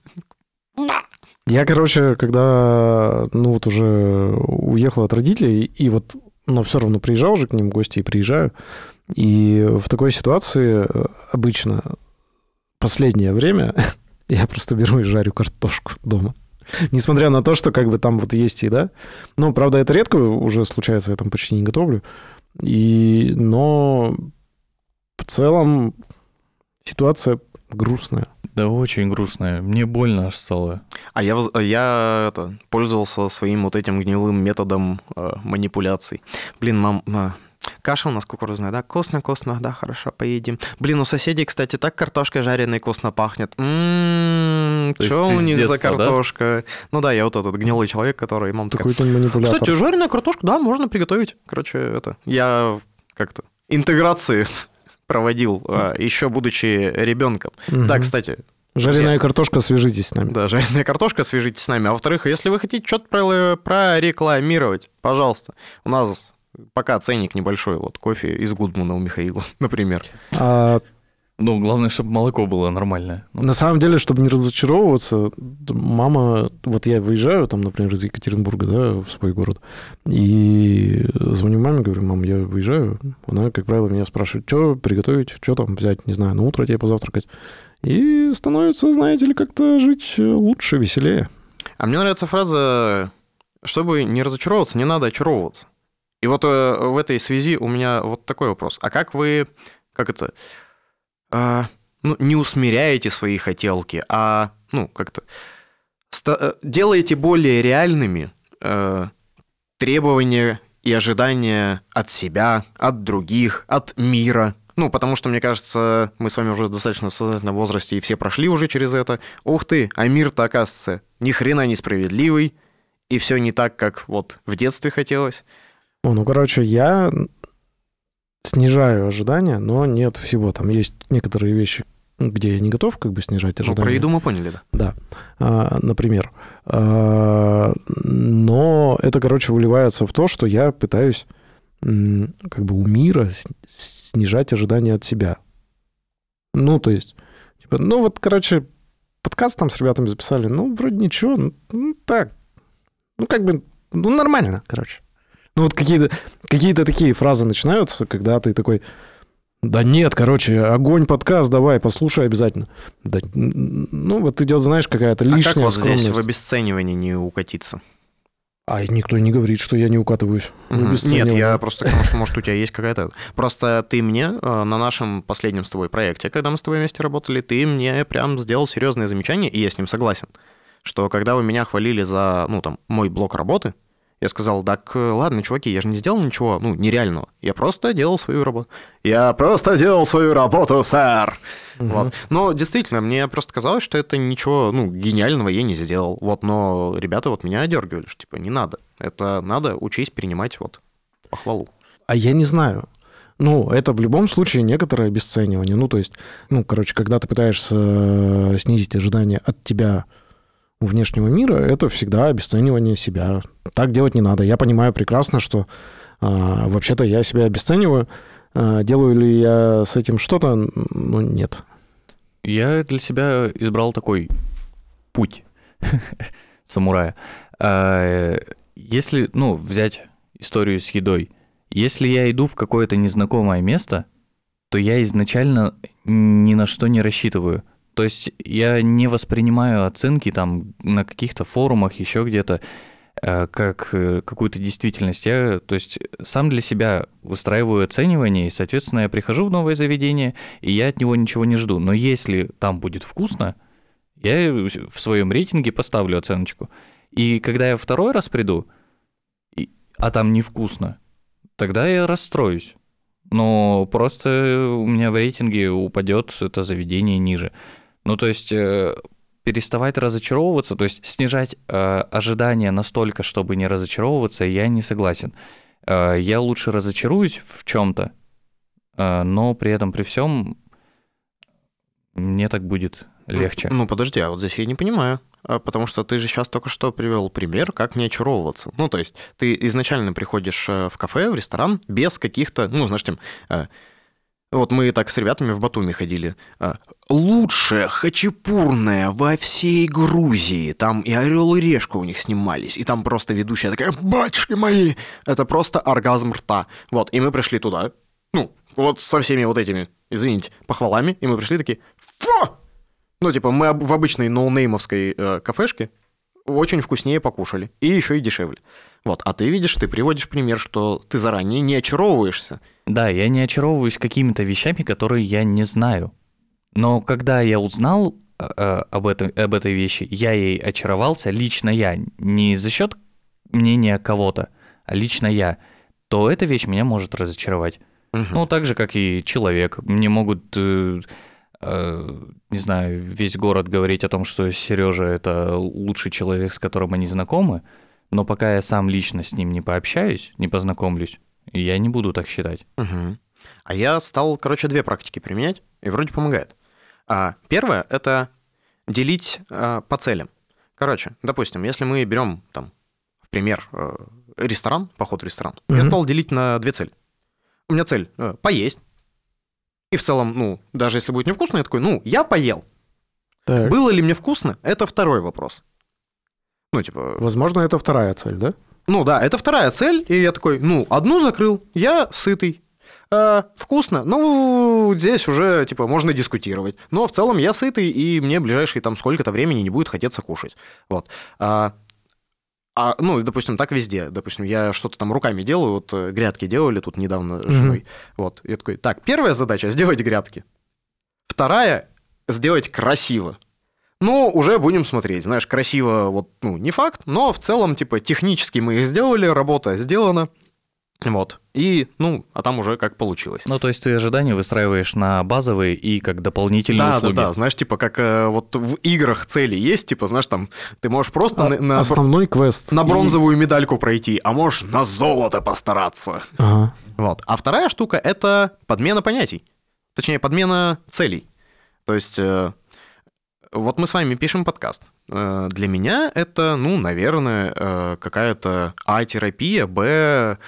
Я, короче, когда, ну вот уже уехал от родителей, и вот, но все равно приезжал же к ним в гости и приезжаю, и в такой ситуации э, обычно последнее время я просто беру и жарю картошку дома. Несмотря на то, что как бы там вот есть еда. Ну, правда, это редко уже случается, я там почти не готовлю. И... Но в целом ситуация грустная. Да очень грустная. Мне больно аж стало. А я, воз- я это, пользовался своим вот этим гнилым методом э, манипуляций. Блин, мам, а, каша у нас кукурузная, да? Вкусно-вкусно, да, хорошо, поедим. Блин, у соседей, кстати, так картошкой жареной вкусно пахнет. М-м-м, То есть что ты у с них за детства, да? картошка? Ну да, я вот этот гнилой человек, который мама такая... Такой-то манипулятор. Кстати, жареная картошка, да, можно приготовить. Короче, это... Я как-то интеграции проводил, а, еще будучи ребенком. Мгм. Да, кстати, Жареная картошка, свяжитесь с нами. да, жареная картошка, свяжитесь с нами. А во-вторых, если вы хотите что-то про- прорекламировать, пожалуйста. У нас пока ценник небольшой. Вот кофе из Гудмана у Михаила, например. А, Ну, главное, чтобы молоко было нормальное. Ну, на самом деле, чтобы не разочаровываться, мама... Вот я выезжаю, там, например, из Екатеринбурга, да, в свой город, и звоню маме, говорю, мам, я выезжаю. Она, как правило, меня спрашивает, что приготовить, что там взять, не знаю, на утро тебе позавтракать. И становится, знаете ли, как-то жить лучше, веселее. А мне нравится фраза, чтобы не разочаровываться, не надо очаровываться. И вот э, в этой связи у меня вот такой вопрос. А как вы, как это, э, ну, не усмиряете свои хотелки, а, ну, как-то ста- э, делаете более реальными э, требования и ожидания от себя, от других, от мира? Ну, потому что, мне кажется, мы с вами уже достаточно в сознательном возрасте и все прошли уже через это. Ух ты, а мир-то, оказывается, ни хрена несправедливый, и все не так, как вот в детстве хотелось. О, ну, короче, я снижаю ожидания, но нет всего. Там есть некоторые вещи, где я не готов как бы снижать Ну, ожидания. про еду мы поняли, да. Да, а, например. А, но это, короче, выливается в то, что я пытаюсь м, как бы у мира с- снижать ожидания от себя. Ну, то есть, типа, ну вот, короче, подкаст там с ребятами записали, ну, вроде ничего, ну, ну, так, ну, как бы, ну, нормально, короче. Ну, вот какие-то, какие-то такие фразы начинаются, когда ты такой, да нет, короче, огонь, подкаст, давай, послушай обязательно. Да, н- ну, вот идет, знаешь, какая-то А лишняя как вот здесь скромность. в обесценивании не укатиться? А никто не говорит, что я не укатываюсь в Мгм. Нет, обесценивание. я просто к тому, что, может, у тебя есть какая-то... Просто ты мне э, на нашем последнем с тобой проекте, когда мы с тобой вместе работали, ты мне прям сделал серьезное замечание, и я с ним согласен, что когда вы меня хвалили за, ну, там, мой блок работы, я сказал, так, э, ладно, чуваки, я же не сделал ничего, ну, нереального. Я просто делал свою работу. Я просто делал свою работу, сэр! Мгм. Вот. Но действительно, мне просто казалось, что это ничего, ну, гениального я не сделал. Вот, но ребята вот меня одергивали, что типа не надо. Это надо учись принимать вот похвалу. А я не знаю. Ну, это в любом случае некоторое обесценивание. Ну, то есть, ну, короче, когда ты пытаешься э, снизить ожидания от тебя у внешнего мира, это всегда обесценивание себя. Так делать не надо. Я понимаю прекрасно, что а, вообще-то я себя обесцениваю. А, делаю ли я с этим что-то? Ну, нет. Я для себя избрал такой путь самурая. А, Если, ну, взять историю с едой, если я иду в какое-то незнакомое место, то я изначально ни на что не рассчитываю. То есть я не воспринимаю оценки там на каких-то форумах, еще где-то, э, как э, какую-то действительность. Я, то есть, сам для себя выстраиваю оценивание, и, соответственно, я прихожу в новое заведение, и я от него ничего не жду. Но если там будет вкусно, я в своем рейтинге поставлю оценочку. И когда я второй раз приду, и- а там невкусно, тогда я расстроюсь. Но просто у меня в рейтинге упадет это заведение ниже. Ну, то есть э, переставать разочаровываться, то есть снижать э, ожидания настолько, чтобы не разочаровываться, я не согласен. Э, я лучше разочаруюсь в чем-то, э, но при этом при всем мне так будет легче. Ну, подожди, а вот здесь я не понимаю. А, Потому что ты же сейчас только что привел пример, как не очаровываться. Ну, то есть ты изначально приходишь э, в кафе, в ресторан без каких-то, ну, знаешь, там, э, вот мы так с ребятами в Батуми ходили. э, Лучшая хачапурная во всей Грузии. Там и «Орел и решка» у них снимались. И там просто ведущая такая, батюшки мои, это просто оргазм рта. Вот, и мы пришли туда, ну, вот со всеми вот этими, извините, похвалами, и мы пришли такие, фу! Ну, типа, мы об- в обычной ноунеймовской э, кафешке, очень вкуснее покушали, и еще и дешевле. Вот, а ты видишь, ты приводишь пример, что ты заранее не очаровываешься. Да, я не очаровываюсь какими-то вещами, которые я не знаю. Но когда я узнал э, об, этом, об этой вещи, я ей очаровался, лично я, не за счет мнения кого-то, а лично я, то эта вещь меня может разочаровать. Угу. Ну, так же, как и человек. Мне могут, э, э, не знаю, весь город говорить о том, что Сережа — это лучший человек, с которым они знакомы, но пока я сам лично с ним не пообщаюсь, не познакомлюсь, я не буду так считать. Угу. А я стал, короче, две практики применять, и вроде помогает. А первое — это делить а, по целям. Короче, допустим, если мы берем, там, в пример, ресторан, поход в ресторан, угу. я стал делить на две цели. У меня цель э, — поесть. И в целом, ну, даже если будет невкусно, я такой, ну, я поел. Так. Было ли мне вкусно, это второй вопрос. Ну, типа... Возможно, это вторая цель, да? Ну, да, это вторая цель, и я такой, ну, одну закрыл, я сытый. А, вкусно? Ну, здесь уже, типа, можно дискутировать. Но в целом я сытый, и мне ближайшие там сколько-то времени не будет хотеться кушать. Вот. А... А, ну, допустим, так везде. Допустим, я что-то там руками делаю, вот грядки делали тут недавно с женой. Mm-hmm. Вот. Я такой, так, первая задача — сделать грядки. Вторая — сделать красиво. Ну, уже будем смотреть. Знаешь, красиво, вот, ну, не факт, но в целом, типа, технически мы их сделали, работа сделана. Вот. И, ну, а там уже как получилось. Ну, то есть ты ожидания выстраиваешь на базовые и как дополнительные да, услуги. Да, да, да. Знаешь, типа, как э, вот в играх цели есть, типа, знаешь, там, ты можешь просто а, на, на, основной квест на бронзовую и... медальку пройти, а можешь на золото постараться. Ага. Вот. А вторая штука — это подмена понятий. Точнее, подмена целей. То есть, э, вот мы с вами пишем подкаст. Э, для меня это, ну, наверное, э, какая-то А-терапия, Б...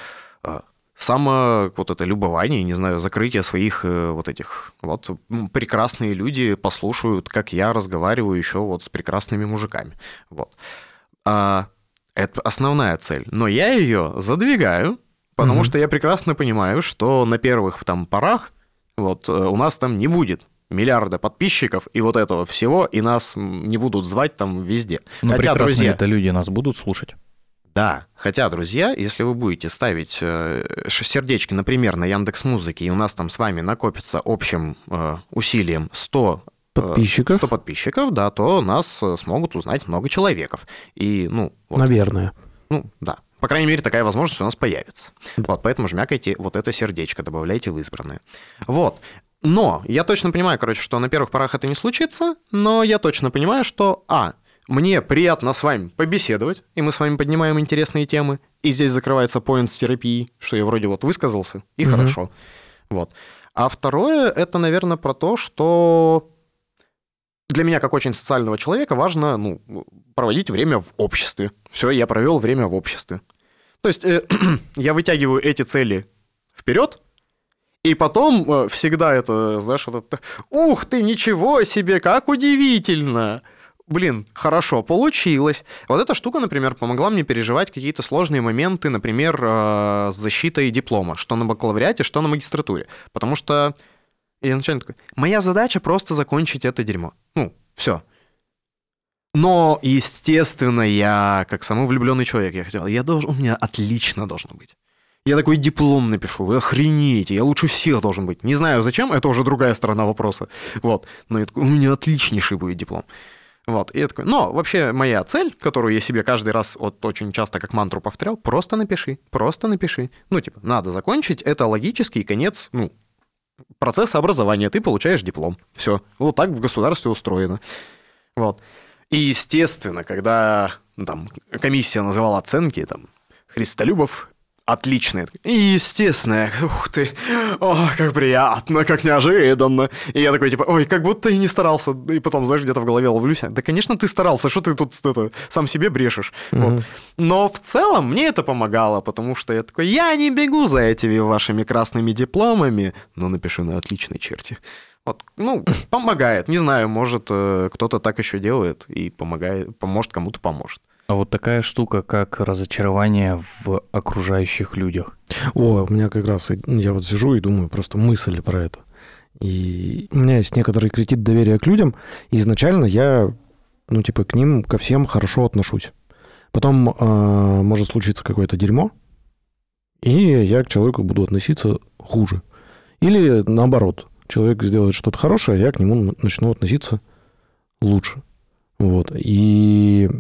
Само вот это любование, не знаю, закрытие своих э, вот этих... Вот прекрасные люди послушают, как я разговариваю еще вот с прекрасными мужиками. Вот. А, это основная цель. Но я ее задвигаю, потому mm-hmm. что я прекрасно понимаю, что на первых там порах вот у нас там не будет миллиарда подписчиков и вот этого всего, и нас не будут звать там везде. Но Хотя, прекрасные друзья... это люди нас будут слушать. Да, хотя, друзья, если вы будете ставить э, сердечки, например, на Яндекс.Музыке, и у нас там с вами накопится общим э, усилием сто подписчиков. сто подписчиков, да, то нас смогут узнать много человеков. И, ну, вот, наверное. Ну, да. По крайней мере, такая возможность у нас появится. Вот, поэтому жмякайте вот это сердечко, добавляйте в избранное. Вот. Но я точно понимаю, короче, что на первых порах это не случится, но я точно понимаю, что, а, мне приятно с вами побеседовать, и мы с вами поднимаем интересные темы, и здесь закрывается поинт с терапией, что я вроде вот высказался, и угу. хорошо. Вот. А второе, это, наверное, про то, что для меня, как очень социального человека, важно, ну, проводить время в обществе. Все, я провел время в обществе. То есть э, я вытягиваю эти цели вперед, и потом э, всегда это, знаешь, вот это, ух ты, ничего себе, как удивительно! Блин, хорошо, получилось. Вот эта штука, например, помогла мне переживать какие-то сложные моменты, например, с защитой диплома, что на бакалавриате, что на магистратуре. Потому что я изначально такой, моя задача просто закончить это дерьмо. Ну, все. Но, естественно, я, как самовлюбленный человек, я хотел, я должен, у меня отлично должно быть. Я такой диплом напишу, вы охренеете, я лучше всех должен быть. Не знаю зачем, это уже другая сторона вопроса. Вот, но я такой, у меня отличнейший будет диплом. Вот, и я такой, но вообще моя цель, которую я себе каждый раз вот очень часто как мантру повторял, просто напиши, просто напиши. Ну, типа, надо закончить, это логический конец, ну, процесса образования, ты получаешь диплом. Все, вот так в государстве устроено. Вот. И, естественно, когда там комиссия называла оценки, там, Христолюбов отличные. И, естественно, ух ты, о, как приятно, как неожиданно. И я такой, типа, ой, как будто и не старался. И потом, знаешь, где-то в голове ловлюсь. Да, конечно, ты старался, что ты тут это, сам себе брешешь. Mm-hmm. Вот. Но в целом мне это помогало, потому что я такой, я не бегу за этими вашими красными дипломами, но напишу на отличной черте. Вот, ну, помогает. Не знаю, может, кто-то так еще делает и помогает, поможет, кому-то поможет. А вот такая штука, как разочарование в окружающих людях. О, у меня как раз, я вот сижу и думаю просто мысль про это. И у меня есть некоторый кредит доверия к людям, и изначально я Ну, типа, к ним, ко всем хорошо отношусь. Потом э, может случиться какое-то дерьмо, и я к человеку буду относиться хуже. Или наоборот, человек сделает что-то хорошее, а я к нему начну относиться лучше. Вот. И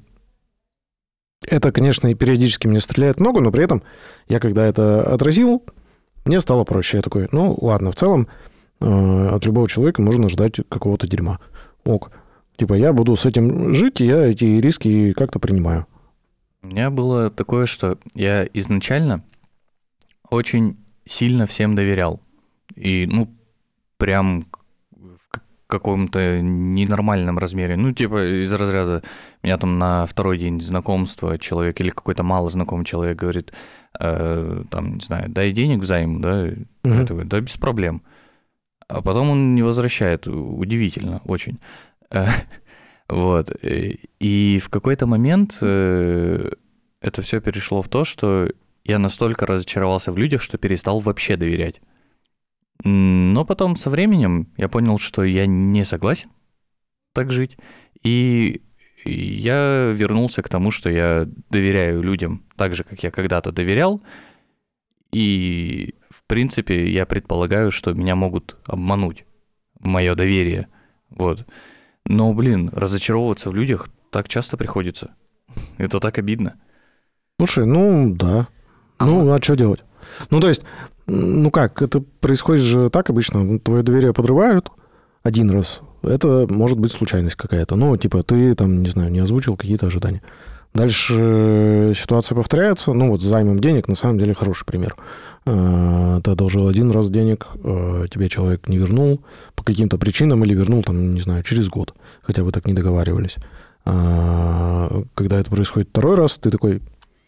это, конечно, и периодически мне стреляет в ногу, но при этом я, когда это отразил, мне стало проще. Я такой, ну, ладно, в целом э, от любого человека можно ждать какого-то дерьма. Ок. Типа, я буду с этим жить, и я эти риски как-то принимаю. У меня было такое, что я изначально очень сильно всем доверял. И, ну, прям в каком-то ненормальном размере. Ну, типа, из разряда меня там на второй день знакомства человек или какой-то мало знакомый человек говорит, э, там, не знаю, дай денег взайму, да? Uh-huh. Я такой, да, без проблем. А потом он не возвращает. Удивительно очень. Вот. И в какой-то момент это все перешло в то, что я настолько разочаровался в людях, что перестал вообще доверять. Но потом со временем я понял, что я не согласен так жить. И я вернулся к тому, что я доверяю людям так же, как я когда-то доверял. И, в принципе, я предполагаю, что меня могут обмануть, мое доверие. Вот. Но, блин, разочаровываться в людях так часто приходится. Это так обидно. Слушай, ну да. А ну, а что делать? Ну, то есть, ну как, это происходит же так обычно. Твое доверие подрывают один раз. Это может быть случайность какая-то. Ну, типа, ты там, не знаю, не озвучил какие-то ожидания. Дальше ситуация повторяется. Ну, вот с займом денег, на самом деле, хороший пример. Ты одолжил один раз денег, тебе человек не вернул по каким-то причинам или вернул, там, не знаю, через год, хотя вы так не договаривались. Когда это происходит второй раз, ты такой,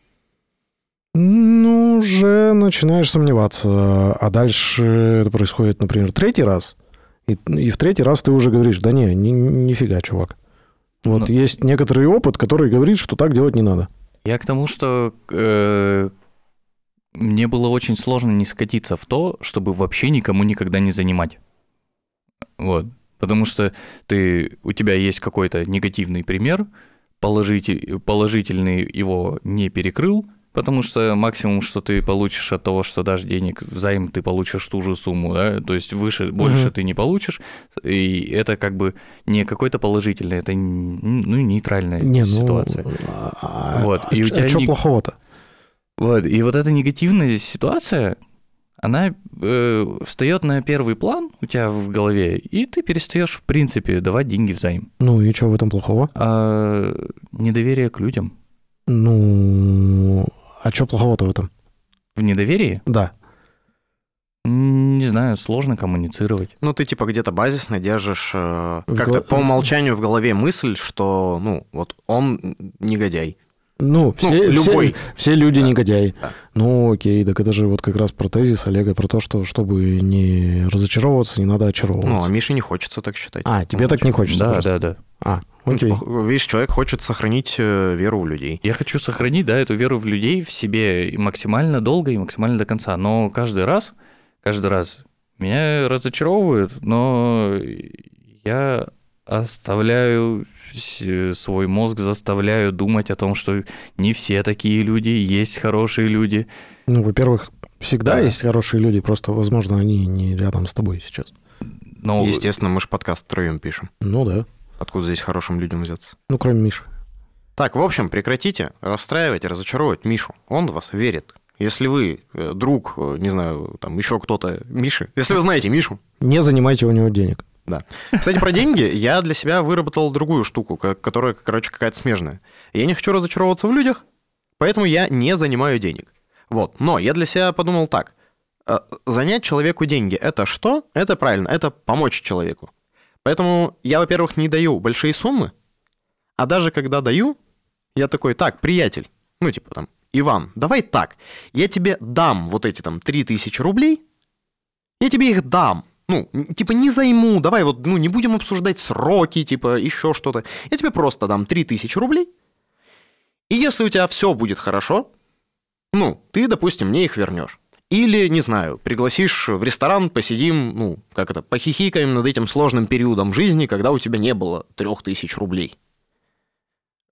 ну, уже начинаешь сомневаться. А дальше это происходит, например, третий раз, и, и в третий раз ты уже говоришь, да не, ни, нифига, чувак. Вот Но... есть некоторый опыт, который говорит, что так делать не надо. Я к тому, что э, мне было очень сложно не скатиться в то, чтобы вообще никому никогда не занимать. Вот. Потому что ты, у тебя есть какой-то негативный пример, положитель, положительный его не перекрыл, потому что максимум, что ты получишь от того, что дашь денег взаим, ты получишь ту же сумму, да, то есть выше, больше угу. ты не получишь, и это как бы не какой-то положительный, это ну, нейтральная не, ситуация. Ну, а, вот. а, и у тебя а что не... плохого-то? Вот, и вот эта негативная ситуация, она э, встает на первый план у тебя в голове, и ты перестаешь, в принципе, давать деньги взаим. Ну и что в этом плохого? А, недоверие к людям. Ну... А что плохого-то в этом? В недоверии? Да. Не знаю, сложно коммуницировать. Ну, ты типа где-то базисно держишь э, как-то гол... по умолчанию в голове мысль, что, ну, вот он негодяй. Ну, все, ну, любой. Все, все люди да. негодяи. Да. Ну, окей, так это же вот как раз про тезис Олега про то, что чтобы не разочаровываться, не надо очаровываться. Ну, а Мише не хочется так считать. А, тебе ну, так не хочется Да, просто. да, да. А, окей. Ну, видишь, человек хочет сохранить веру в людей. Я хочу сохранить, да, эту веру в людей в себе максимально долго и максимально до конца. Но каждый раз, каждый раз меня разочаровывают, но я оставляю свой мозг, заставляю думать о том, что не все такие люди, есть хорошие люди. Ну, во-первых, всегда да. есть хорошие люди, просто, возможно, они не рядом с тобой сейчас. Но... Естественно, мы же подкаст втроем пишем. Ну да. Откуда здесь хорошим людям взяться? Ну, кроме Миши. Так, в общем, прекратите расстраивать и разочаровывать Мишу. Он в вас верит. Если вы друг, не знаю, там еще кто-то Миши, если вы знаете Мишу... Не занимайте у него денег. Да. Кстати, про деньги я для себя выработал другую штуку, которая, короче, какая-то смежная. Я не хочу разочаровываться в людях, поэтому я не занимаю денег. Вот. Но я для себя подумал так. Занять человеку деньги – это что? Это правильно, это помочь человеку. Поэтому я, во-первых, не даю большие суммы, а даже когда даю, я такой, так, приятель, ну, типа там, Иван, давай так, я тебе дам вот эти там три тысячи рублей, я тебе их дам. Ну, типа, не займу, давай вот, ну, не будем обсуждать сроки, типа, еще что-то. Я тебе просто дам три тысячи рублей, и если у тебя все будет хорошо, ну, ты, допустим, мне их вернешь. Или, не знаю, пригласишь в ресторан, посидим, ну, как это, похихикаем над этим сложным периодом жизни, когда у тебя не было трех тысяч рублей.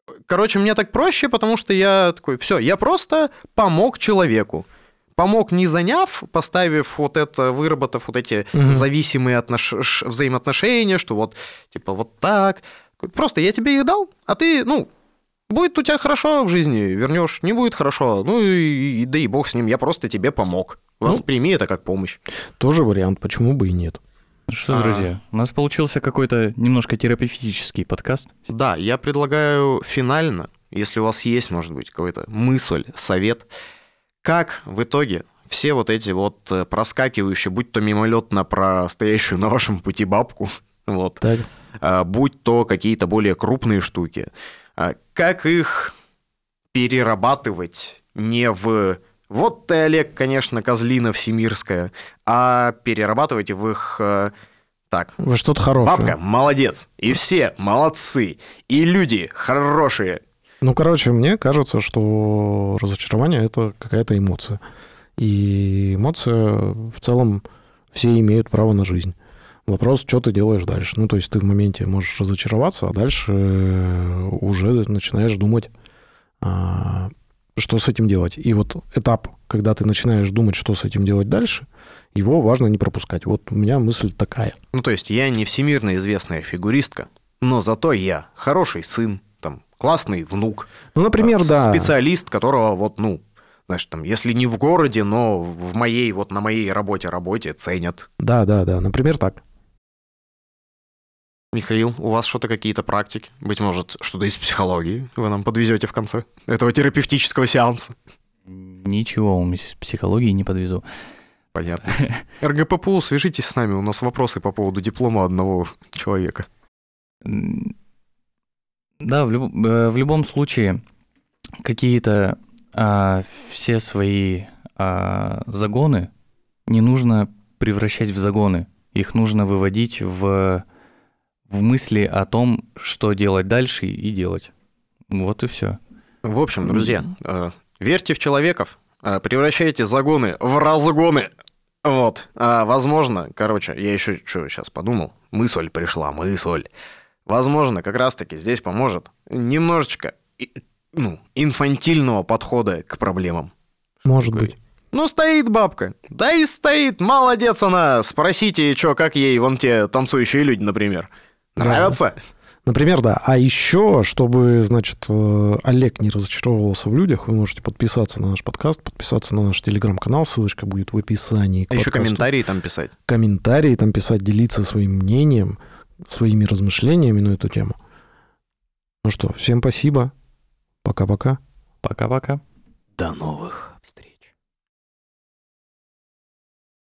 короче, мне так проще, потому что я такой, все, я просто помог человеку. Помог, не заняв, поставив вот это, выработав вот эти Мгм. зависимые отнош... ш- взаимоотношения, что вот, типа, вот так. Просто я тебе их дал, а ты, ну, будет у тебя хорошо в жизни, вернешь, не будет хорошо, ну и, и да и бог с ним, я просто тебе помог. Восприми это как помощь. Тоже вариант, почему бы и нет. Ну что, А. друзья, у нас получился какой-то немножко терапевтический подкаст. Да, я предлагаю финально, если у вас есть, может быть, какой-то мысль, совет, как в итоге все вот эти вот э, проскакивающие, будь то мимолетно про стоящую на вашем пути бабку, вот, Так. а, будь то какие-то более крупные штуки, а, как их перерабатывать не в «вот ты, Олег, конечно, козлина всемирская», а перерабатывать в их э, так, Во что-то хорошее. бабка молодец, и все молодцы, и люди хорошие. Ну, короче, мне кажется, что разочарование — это какая-то эмоция. И эмоция в целом все имеют право на жизнь. Вопрос, что ты делаешь дальше. Ну, то есть ты в моменте можешь разочароваться, а дальше уже начинаешь думать, а, что с этим делать. И вот этап, когда ты начинаешь думать, что с этим делать дальше, его важно не пропускать. Вот у меня мысль такая. Ну, то есть я не всемирно известная фигуристка, но зато я хороший сын, там, классный внук. Ну, например, э, да. Специалист, которого вот, ну, знаешь, там, если не в городе, но в моей, вот на моей работе, работе ценят. Да, да, да. Например, так. Михаил, у вас что-то какие-то практики? Быть может, что-то из психологии вы нам подвезете в конце этого терапевтического сеанса? Ничего, вам из психологии не подвезу. Понятно. РГППУ, свяжитесь с нами, у нас вопросы по поводу диплома одного человека. М, Да, в, люб- э, в любом случае какие-то а, все свои а, загоны не нужно превращать в загоны. Их нужно выводить в, в мысли о том, что делать дальше и делать. Вот и все. В общем, друзья, э, верьте в человеков, э, превращайте загоны в разгоны. Вот, А, возможно, короче, я еще что сейчас подумал, мысль пришла, мысль. Возможно, как раз-таки здесь поможет немножечко, и- ну, инфантильного подхода к проблемам. Может Такой, быть. Ну, стоит бабка. Да и стоит, молодец она. Спросите, что, как ей вон те танцующие люди, например. Да. Нравятся? Например, да. А еще, чтобы, значит, э, Олег не разочаровывался в людях, вы можете подписаться на наш подкаст, подписаться на наш телеграм-канал, ссылочка будет в описании к А еще подкасту. комментарии там писать. Комментарии там писать, делиться своим мнением, своими размышлениями на эту тему. Ну что, всем спасибо. Пока-пока. Пока-пока. До новых встреч.